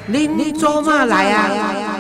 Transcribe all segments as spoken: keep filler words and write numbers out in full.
恁做嘛来啊？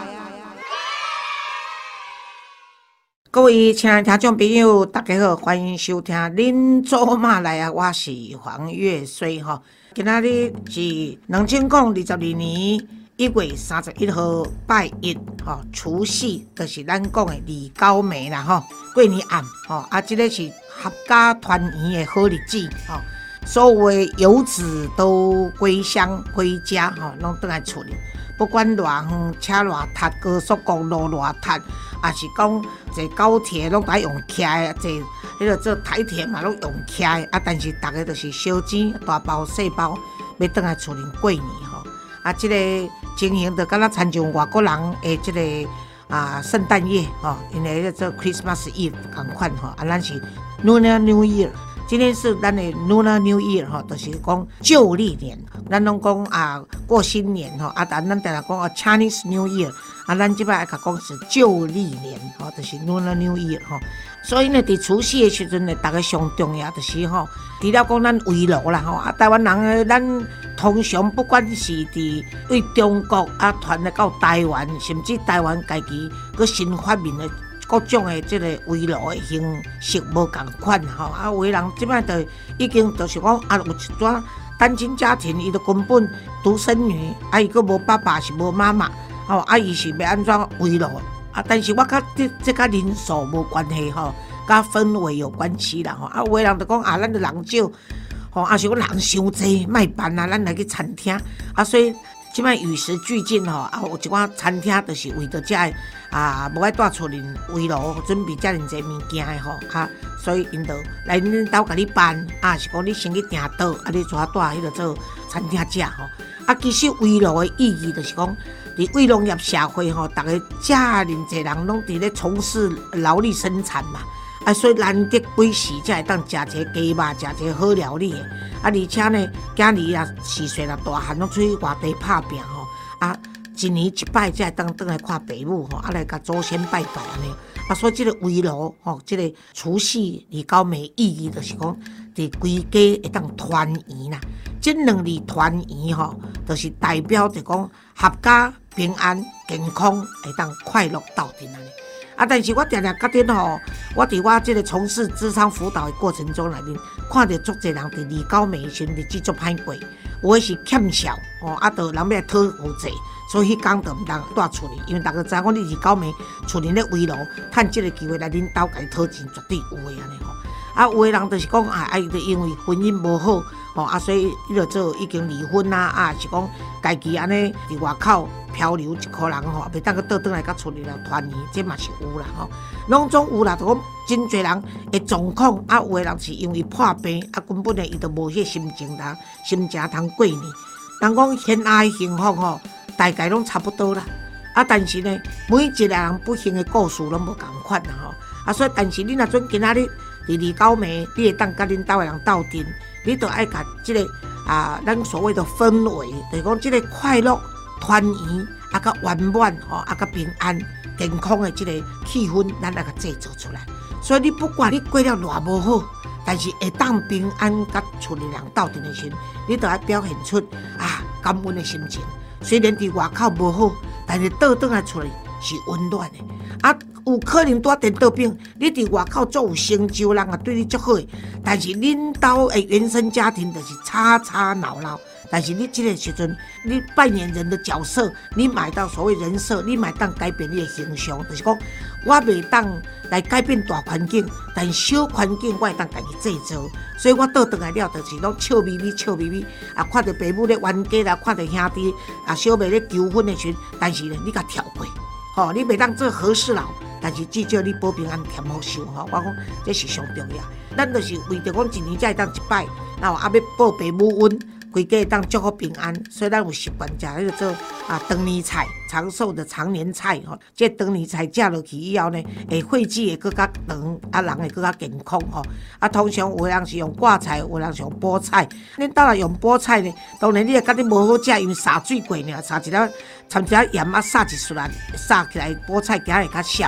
各位亲爱的听众朋友，大家好，欢迎收听《恁做嘛来啊》，我是黄月水吼。今仔日是两千零二十二年一月三十一号拜一吼，除夕就是咱讲的二九暝啦吼，过年暗吼啊，这个是合家团圆的好日子吼。所有的游子都归乡归家吼，拢倒来厝里。不管偌远，车偌塞，高速公路偌塞，也是讲坐高铁拢在用骑的，坐迄个做台铁嘛拢用骑的。啊，但是大家都是烧钱，大包细包，要倒来厝里过年吼。啊，即、这个情形就敢若亲像外国人的即、这个啊圣诞夜吼，因为迄个做 Christmas Eve 同款吼，啊，咱是 Lunar New Year。今天是咱的 Lunar New Year 吼，就是讲旧历年，咱拢讲啊过新年吼，啊但咱定来讲啊 Chinese New Year， 啊咱即摆爱甲讲是旧历年吼，就是 Lunar New Year 吼。所以呢，伫除夕的时阵呢，逐个上重要就是吼，除了讲咱围炉啦吼，啊台湾人诶，咱通常不管是伫为中国啊传来到台湾，甚至台湾家己佮新发明的。各种的即个围炉的形式无共款吼，啊，有的人即摆就已经就是讲啊，有一撮单亲家庭，伊就根本独生女，啊，伊佫无爸爸是无妈妈，吼，啊，伊是要安怎围炉啊？但是我甲这这甲人数无关系吼，甲氛围有关系啦吼，啊，有的人就讲啊，咱就人少，吼，啊，是讲人伤济，莫办啊，咱来去餐厅啊，所以。即摆与时俱进吼，啊，有一寡餐厅就是为着遮个啊，无爱带厝人围炉，准备遮尔济物件的吼，啊，所以因就来恁兜甲你办，啊，是讲你先去订桌，啊，你带带迄个做餐厅食吼，啊，其实围炉的意义就是讲，伫为农业社会吼，逐个遮尔济人拢伫咧从事劳力生产嘛。啊，所以难得几时才会当食一个鸡肉，食一个好料理的。啊，而且呢，囝儿啊，四岁啦，大汉拢出去外地打拼吼。啊，一年一摆才会当倒来看爸母吼，啊来甲祖先拜拜安尼。啊，所以这个围炉吼，这个除夕二九暝意义就是讲，伫规家会当团圆啦。这两字团圆吼，就是代表着讲合家平安健康，会当快乐斗阵安尼。啊！但是我常常觉得吼，我伫我即个从事諮商輔導的過程中內面，看到足儕人伫二九暝時日子足歹過，有誒是欠孝吼，啊，就人要來討負債，所以迄天就毋通帶厝裡，因為大家知影，我你二九暝厝裡咧圍爐，趁即個機會來恁兜家討錢，絕對有誒安尼吼。啊，有誒人就是講啊，啊，伊就因為婚姻無好，吼啊，所以伊就做已經離婚啊，啊，是講家己安尼伫外口漂流一箍人吼，袂當去倒轉來甲厝裡來團圓，這嘛是有啦吼，攏總有啦，就講真濟人會狀況，啊，有誒人是因為破病，啊，根本誒伊就無迄心情啦，心情通過年。人講現在幸福吼，大概攏差不多啦，啊，但是呢，每一個人不幸誒故事攏無共款啦吼，啊，所以但是你若準今仔日。伫二九暝，你會當甲恁兜誒人鬥陣，你著愛甲即個啊，咱所謂的氛圍，就是講即個快樂、團圓，啊，甲圓滿吼，啊，甲平安、健康誒即個氣氛，咱愛甲製造出來。所以你不管你過了偌無好，但是會當平安甲厝裡人鬥陣誒時，你著愛表現出啊感恩誒心情。雖然佇外口無好，但是倒轉來厝裡是溫暖誒。啊，有可能在電腦邊，你佇外口做有成就，人也對你足好誒。但是恁兜誒原生家庭就是吵吵鬧鬧。但是你這個時陣，你扮演人的角色，你買到所謂人設，你買當改變你的形象，就是講我袂當來改變大環境，但小環境我會當家己製造。所以我倒轉來了，就是攏笑眯眯、笑眯眯，啊，看到爸母咧冤家啦，看到兄弟啊小妹咧求婚的時，但是呢，你甲跳過。吼、哦，你袂当做和事佬，但是至少你保平安、添福寿吼。我讲这是上重要。咱就是为着讲一年才会当一摆，然后啊要报爸母恩，规家会当祝福平安。所以咱有习惯食迄个做啊长年菜，长寿的长年菜吼。这长年菜食落去以后呢，会血脂会更较长，啊人会更较健康吼。啊，通常有人是用挂菜，有人是用菠菜。恁倒来用菠菜呢，当然你会觉得无好食，因为洒水过呢，洒一粒掺一粒盐啊，撒一撮来，撒起来菠菜行会较涩。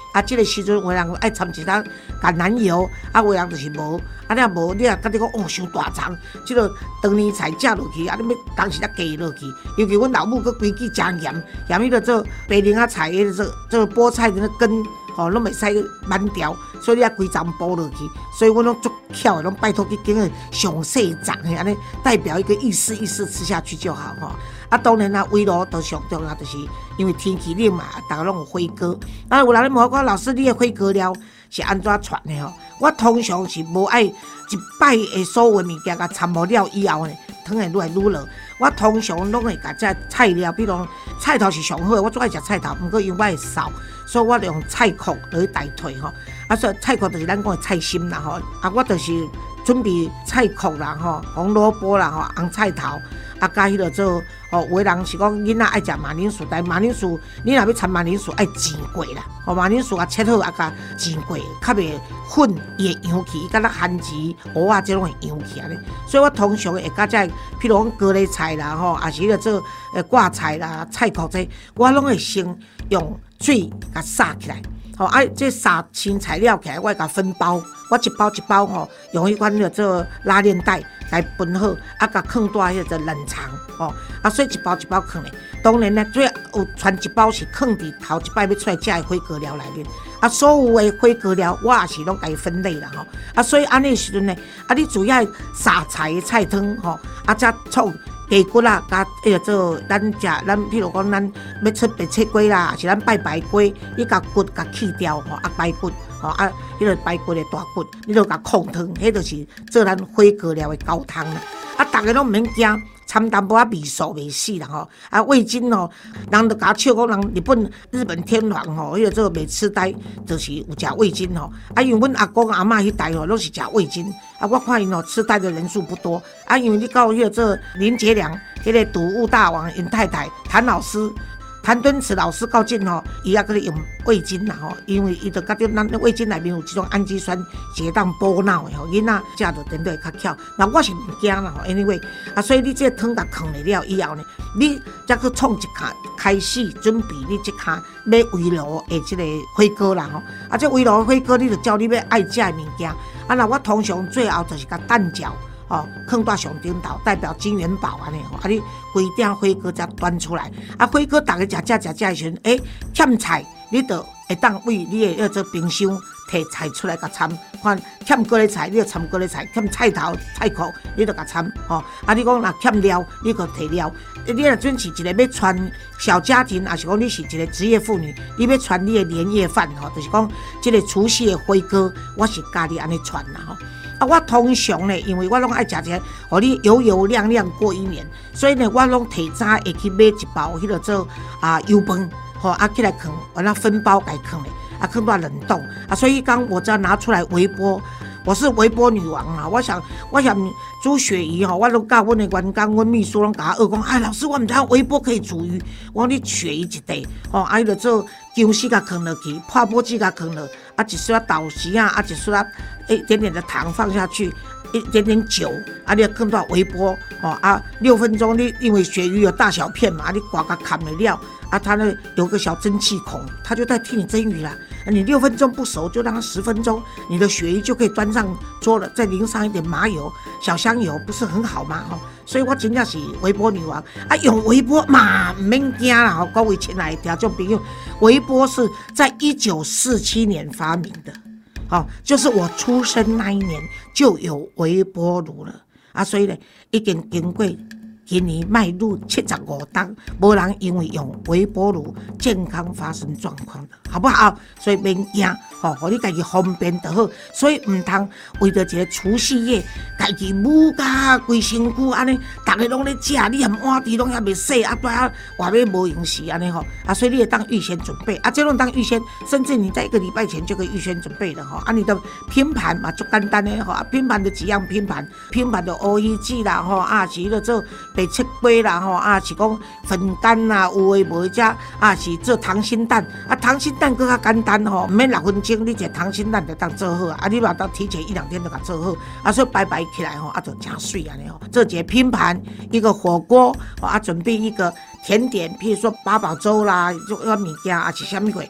啊，即、这个时阵有人爱掺一摊橄榄油，啊，有人就是无，啊，你若无，你若甲你讲哦，伤大肠，即、这个当年菜食落去，啊，你要当时才加落去。尤其阮老母佫规矩食盐，盐迄个做白莲仔菜，迄个做做菠菜的那根。哦，拢袂使慢掉，所以你啊规层剥落去，所以我拢足巧的，拢拜托去拣个上细层的，安尼代表一个意思意思吃下去就好吼。啊，当然啦，围炉都上重要，就是因为天气冷嘛，大家拢有火锅。啊，有人咧问我老师，你的火锅料是安怎传的吼？我通常是无爱一摆的所有物件甲参无了以后呢，汤会愈来愈落。我通常拢会甲这菜料，比如菜头是上好的，我最爱食菜头，毋过因为我会扫。所以我就用菜壳来代替吼，啊，所以菜壳就是咱讲的菜心啦吼，啊，我就是准备菜壳啦吼，红萝卜啦吼，红菜头，啊，加迄个做哦，有的人是讲囡仔爱食马铃薯，但马铃薯你若要掺马铃薯爱煎过啦，吼，马铃薯啊切好啊甲煎过，较袂粉伊会扬起，伊甲咱番薯、蚵仔这种会扬起安尼。所以我通常会甲这，譬如讲高丽菜啦吼，啊是迄个做呃挂菜啦、菜壳这，我拢会先用水甲撒起来，吼、哦、啊，这撒青材料起来，我会甲分包，我一包一包吼、哦，用迄款叫做拉链袋来分好，啊，甲放在迄个冷藏，吼、哦，啊，所以一包一包放咧。当然呢，最有传一包是放伫头一摆要出来食的火锅料内面，啊，所有的火锅料我也是拢甲伊分类啦，吼、哦，啊，所以安尼时阵呢，啊，你主要撒菜的菜汤，吼、哦，啊，再创。鸡骨啦，甲迄个做咱食，咱譬如讲咱要出白切鸡啦，是咱拜白鸡，你甲骨甲去掉吼，啊白骨吼啊，迄个白骨的大骨，你就甲控汤，迄就是做咱火锅料的高汤啦。啊，逐个拢毋免惊，掺淡薄仔味素袂死啦吼。啊，味精吼，人就甲笑讲人日本日本天皇吼，迄个做袂痴呆，就是有食味精吼。啊，因为阮阿公阿嬷迄代吼，拢是食味精。啊，我看因吼痴呆的人数不多。啊，因为你到迄个做林杰良，迄个赌物大王尹太太谭老师。谭敦慈老师告进吼，伊也搁咧用味精啦吼，因为伊就觉得咱味精内面有这种氨基酸，是会当补脑的吼，囡仔食着真对较巧。那我是唔惊啦吼 ，anyway， 啊，所以你这个汤甲放了了以后呢，你再去创一卡开始准备你这卡要围炉的这个火锅啦吼，啊，这围炉的火锅你就照你要爱食的物件，啊，那我通常最后就是甲蛋饺。哦，放在上顶头，代表金元宝安尼吼，啊你规鼎火锅才端出来，啊火锅大家食食食食的时阵，诶、欸、欠菜，你就会当为你的要做冰箱摕菜出来甲掺，看欠高丽菜，你就掺高丽菜；欠菜头、菜壳，你就甲掺，吼、哦。啊你讲若欠料，你就摕料。你若准是一个要传小家庭，还是讲你是一个职业妇女，你要传你的年夜饭吼，就是讲这个除夕的火锅，我是教你安尼传啦吼。啊，我通常呢，因为我拢爱食一个，互你油油亮亮过一年，所以呢，我拢提早会去买一包迄个做啊油饭，吼啊起来放，完了分包来放咧，啊放到冷冻，啊所以刚我只要拿出来微波，我是微波女王啊！我想，我想煮鳕鱼吼，我拢教阮的员工，阮秘书拢甲我学讲，哎老师，我毋知影微波可以煮鱼，我讲你鳕鱼一块，吼啊伊就做姜丝甲放落去，泡波子甲放落，啊一丝仔豆豉啊，啊一丝仔。一点点的糖放下去，一点点酒，啊，你要更多微波，哦啊，六分钟，你因为鳕鱼有大小片嘛，啊、你刮个砍了料，啊，它呢有个小蒸汽孔，它就在替你蒸鱼啦。啊、你六分钟不熟，就让它十分钟，你的鳕鱼就可以端上桌了，再淋上一点麻油、小香油，不是很好吗？哦，所以我真正是微波女王啊，用微波嘛，唔免惊啦，吼，各位亲爱的听众朋友，微波是在一九四七年发明的。哦，就是我出生那一年就有微波炉了啊，所以呢，已经经过今年迈入七十五档，无人因为用微波炉健康发生状况的，好不好？所以免惊，吼、哦，互你家己方便就好。所以唔通为着一个除夕夜，家己母甲规身躯安尼，大家拢咧食，你连碗箸拢还袂洗，啊，对啊，外面无用时安尼吼，啊，所以你也当预先准备，啊，这种当预先，甚至你在一个礼拜前就可以预先准备了吼，啊，你的拼盘嘛，就简单的吼，啊，拼盘的几样拼盘，拼盘的乌鱼子啦吼，啊，是迄个做白切鸡啦吼，啊，是讲粉干啦，有诶无只，啊，是做溏心蛋，啊，溏心蛋更较简单吼，毋免六分钟，你一个溏心蛋就当做好啊，啊，你嘛当提前一两天就甲做好，啊，所以摆摆起来吼，啊，就真水安尼吼，做一个拼盘，一个火锅，啊，准备一个甜点，譬如说八宝粥啦，做个物件，啊是啥物鬼。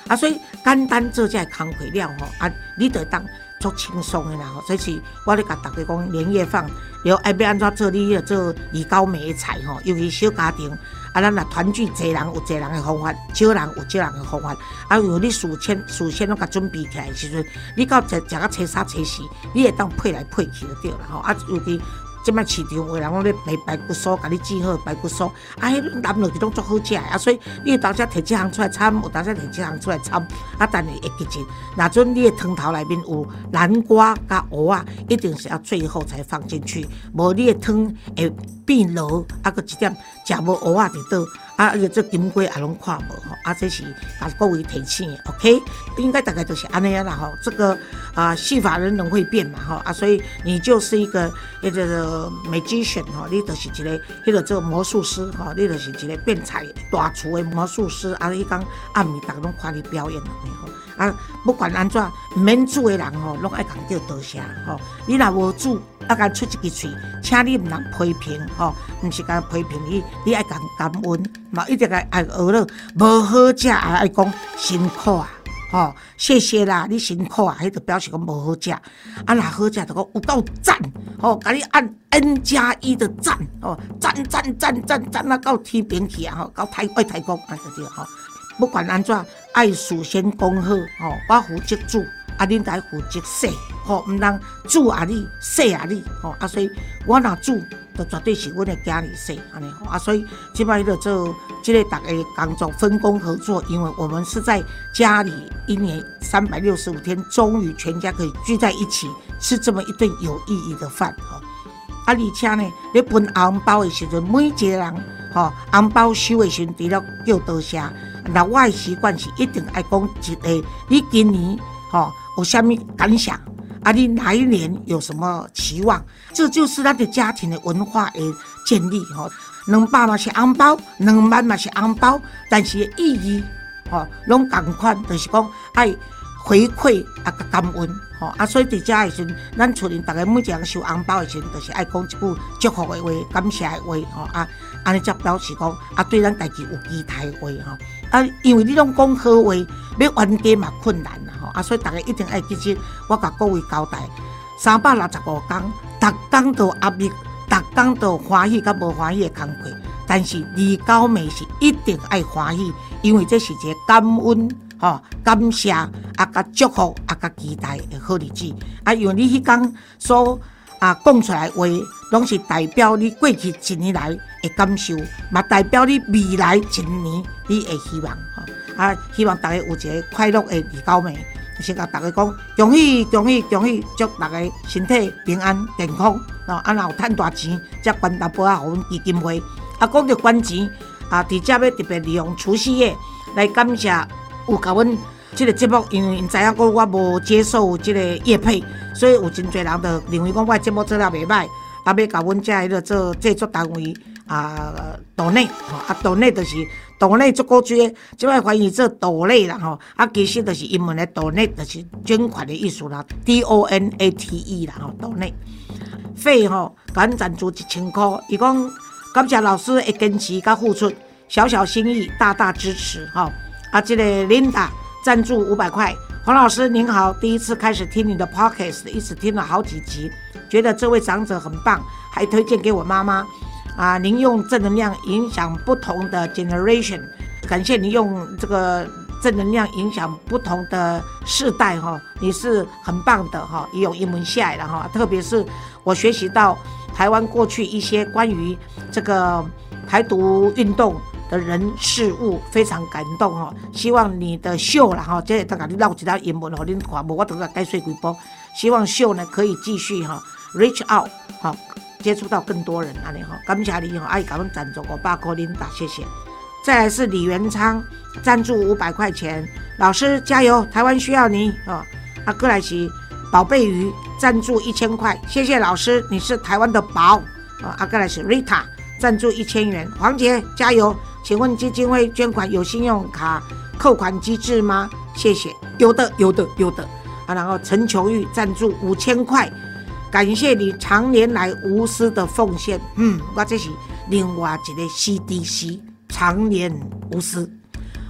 啊，所以简单做这工课了吼，啊，你就当足轻松的啦吼。这是我咧甲大家讲年夜饭，然后爱要安怎做你要做二九暝的菜吼，尤其小家庭。啊，咱若团聚，侪人有侪人的方法，少人有少人的方法。啊，有你事先事先拢甲准备起来的时阵，你到食食到初三初四，你会当配来配去就对了吼。啊，尤其即摆市场有人讲咧卖排骨酥，甲你煮好排骨酥，啊，迄淋落去拢足好食的啊，所以你有当时摕即项出来掺，有当时摕即项出来掺，啊，但是会记住，若准你的汤头内面有南瓜甲蚵仔，一定是要最后才放进去，无你的汤会变老，啊，搁一点食无蚵仔伫倒，啊，而且这金龟也拢看无吼，啊，这是把各位提醒的 ，OK， 应该大概都是安尼啦吼，这个啊，戏法人人会变嘛吼，啊，所以你就是一个那个 magician 吼，你就是一个迄个做魔术师吼，你就是一个变彩大厨的魔术师，啊，你讲暗暝大家拢看你表演了吼。啊，不管安怎，唔免煮的人吼，拢爱讲叫多谢吼。你若无煮，啊，甲出一支嘴，请你唔通批评吼，唔是甲批评你，你爱讲感恩，嘛一直爱爱学了，无好食也爱讲辛苦啊，吼，谢谢啦，你辛苦啊，迄就表示讲无好食。啊，若好食就讲有够赞，吼，甲你按 N 加一的赞，吼，赞赞赞赞赞啊，到天边去啊，吼，到太外太空啊，就对吼。不管安怎，爱事先讲好，吼，我负责煮，啊，恁来负责洗，吼，唔通煮啊你，洗啊你，吼，啊，所以我若煮，就绝对是阮的家里洗，安尼，啊，所以即摆就做，即个大家工作分工合作，因为我们是在家里一年三百六十五天，终于全家可以聚在一起，吃这么一顿有意义的饭，吼，啊，而且呢，咧分红包的时阵，每一个人，吼，红包收的时阵，除了叫多谢。那我的习惯是一定爱讲一个，你今年吼、哦、有啥物感想啊？你哪一年有什么期望？这就是咱的家庭的文化的建立吼、哦。两百嘛是红包，两万嘛是红包，但是意义吼拢同款，就是讲爱回馈啊甲感恩吼、哦、啊，所以伫遮的时阵，咱厝里大家每一个人收红包的时阵，就是爱讲一句祝福的话、感谢的话吼、哦、啊，安尼才表示讲啊对咱家己有期待的话吼。哦啊，因为你拢讲好话，要冤家嘛困难啦吼，啊，所以大家一定爱记住，我甲各位交代，三百六十五天，逐天都有压力，逐天都有欢喜甲无欢喜的工课，但是二九暝是一定爱欢喜，因为这是一个感恩吼、哦、感谢啊、甲祝福啊、甲期待的好日子。啊，因为你迄天所啊讲出来的话，拢是代表你过去一年来的感受，嘛代表你未来一年你的希望吼。啊，希望大家有一个快乐的二九暝。先甲大家讲，恭喜恭喜恭喜，祝大家身体平安健康。哦，啊，若有趁大钱，则捐大杯啊，互阮基金会。啊，讲到捐钱，啊，伫遮要特别利用除夕夜来感谢有甲阮即个节目，因为因知影讲我无接受即个业配，所以有真侪人就认为讲我的节目做了袂歹，啊，要甲阮遮迄个做制作单位啊斗内，吼啊斗内就是斗内足古锥的，即摆翻译做斗内啦吼，啊其实就是英文的斗内，就是捐款的意思啦 ，D O N A T E 啦吼，斗内费吼，甲阮赞助一千箍，伊讲感谢老师的坚持甲付出，小小心意大大支持吼，啊这个 Linda 赞助五百块。黄老师您好，第一次开始听你的 podcast， 一直听了好几集，觉得这位长者很棒，还推荐给我妈妈。啊，您用正能量影响不同的 generation， 感谢您用这个正能量影响不同的世代哈，你是很棒的哈，也有英文下来了哈，特别是我学习到台湾过去一些关于这个台独运动的人事物，非常感动哈。希望你的秀啦哈，这等下你唠一条英文吼，恁看无我都甲解说几波。希望秀呢可以继续哈 reach out 哈，接触到更多人安尼哈。感谢你哈，爱甲阮赞助五百块琳达，谢谢。再来是李元昌赞助五百块钱，老师加油，台湾需要你啊！啊，过来是宝贝鱼赞助一千块，谢谢老师，你是台湾的宝啊！啊，过来是 Rita 赞助一千元，黄杰加油。请问基金会捐款有信用卡扣款机制吗？谢谢，有的，有的，有的啊。然后陈琼玉赞助五千块，感谢你常年来无私的奉献。嗯，我这是另外一个 C D C， 常年无私。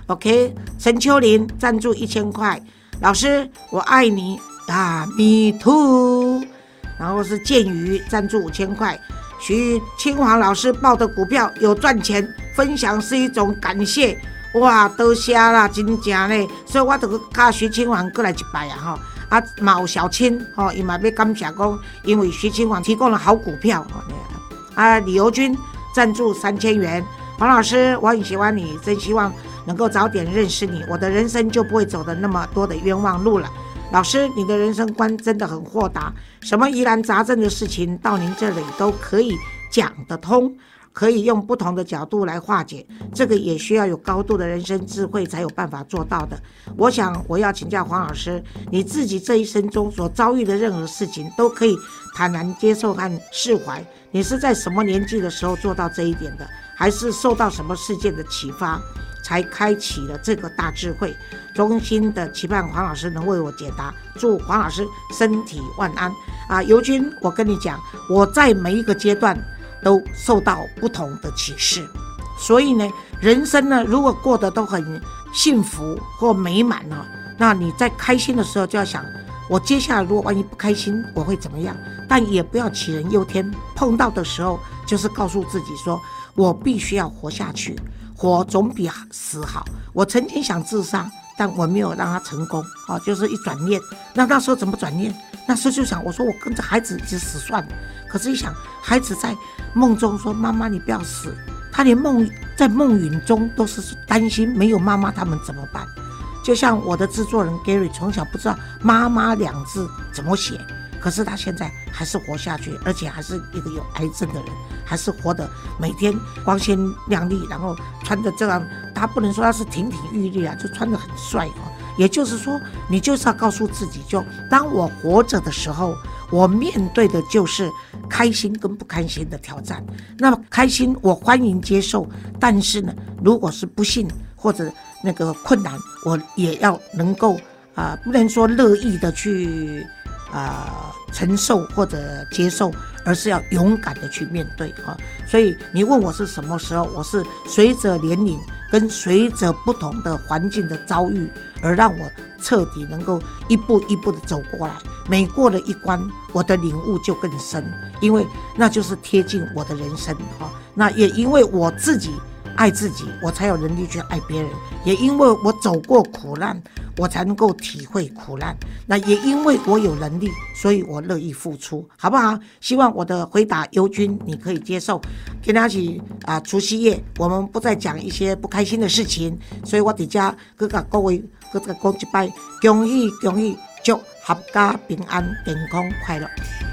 OK， 陈秋林赞助一千块，老师我爱你啊 ，Me too。然后是建宇赞助五千块，徐清华老师报的股票有赚钱，分享是一种感谢。哇，多谢啦，真正嘞，所以我就卡徐清华过来一拜啊吼。啊，嘛有小青吼，伊嘛要感谢讲，因为徐清华提供了好股票。啊，李游军赞助三千元，黄老师，我很喜欢你，真希望能够早点认识你，我的人生就不会走的那么多的冤枉路了。老师，你的人生观真的很豁达，什么疑难杂症的事情到您这里都可以讲得通，可以用不同的角度来化解，这个也需要有高度的人生智慧才有办法做到的。我想我要请教黄老师，你自己这一生中所遭遇的任何事情都可以坦然接受和释怀，你是在什么年纪的时候做到这一点的？还是受到什么事件的启发才开启了这个大智慧？衷心的期盼黄老师能为我解答，祝黄老师身体万安啊！尤军，我跟你讲，我在每一个阶段都受到不同的启示，所以呢，人生呢，如果过得都很幸福或美满呢，那你在开心的时候就要想，我接下来如果万一不开心，我会怎么样？但也不要杞人忧天，碰到的时候就是告诉自己说，我必须要活下去，活总比死好。我曾经想自杀，但我没有让他成功，哦，就是一转念。那那时候怎么转念？那时候就想，我说我跟着孩子一直死算了。可是一想，孩子在梦中说：“妈妈，你不要死。”他连梦在梦云中都是担心没有妈妈他们怎么办。就像我的制作人 Gary 从小不知道妈妈两字怎么写，可是他现在还是活下去，而且还是一个有癌症的人，还是活得每天光鲜亮丽，然后穿着这样，他不能说他是亭亭玉立啊，就穿得很帅哦。也就是说，你就是要告诉自己，就当我活着的时候，我面对的就是开心跟不开心的挑战。那么开心我欢迎接受，但是呢，如果是不幸或者那个困难，我也要能够啊、呃，不能说乐意的去啊、呃、承受或者接受，而是要勇敢的去面对啊。所以你问我是什么时候，我是随着年龄跟随着不同的环境的遭遇，而让我彻底能够一步一步的走过来。每过了一关，我的领悟就更深，因为那就是贴近我的人生啊。那也因为我自己爱自己，我才有能力去爱别人，也因为我走过苦难，我才能够体会苦难。那也因为我有能力，所以我乐意付出，好不好？希望我的回答尤军你可以接受。今天是啊除夕夜，我们不再讲一些不开心的事情，所以我在这各甲各位各甲讲一摆，恭喜恭喜，祝阖家平安健康快乐。